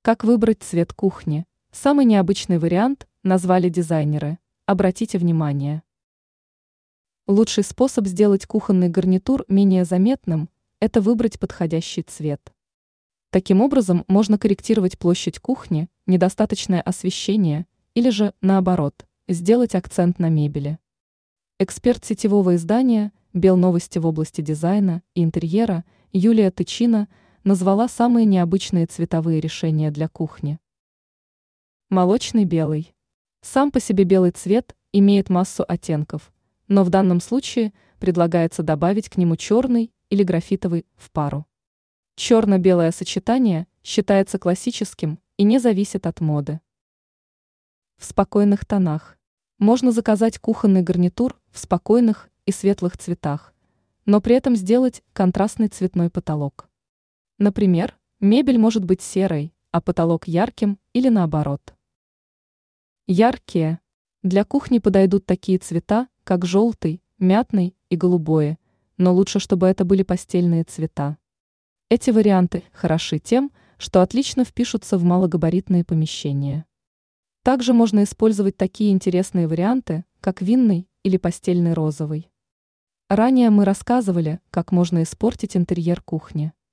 Как выбрать цвет кухни? Самый необычный вариант назвали дизайнеры. Обратите внимание. Лучший способ сделать кухонный гарнитур менее заметным – это выбрать подходящий цвет. Таким образом, можно корректировать площадь кухни, недостаточное освещение или же, наоборот, сделать акцент на мебели. Эксперт сетевого издания «Белновости» в области дизайна и интерьера Юлия Тычина назвала самые необычные цветовые решения для кухни. Молочный белый. Сам по себе белый цвет имеет массу оттенков, но в данном случае предлагается добавить к нему черный или графитовый в пару. Черно-белое сочетание считается классическим и не зависит от моды. В спокойных тонах. Можно заказать кухонный гарнитур в спокойных и светлых цветах, но при этом сделать контрастный цветной потолок. Например, мебель может быть серой, а потолок ярким или наоборот. Яркие. Для кухни подойдут такие цвета, как желтый, мятный и голубое, но лучше, чтобы это были пастельные цвета. Эти варианты хороши тем, что отлично впишутся в малогабаритные помещения. Также можно использовать такие интересные варианты, как винный или пастельный розовый. Ранее мы рассказывали, как можно испортить интерьер кухни.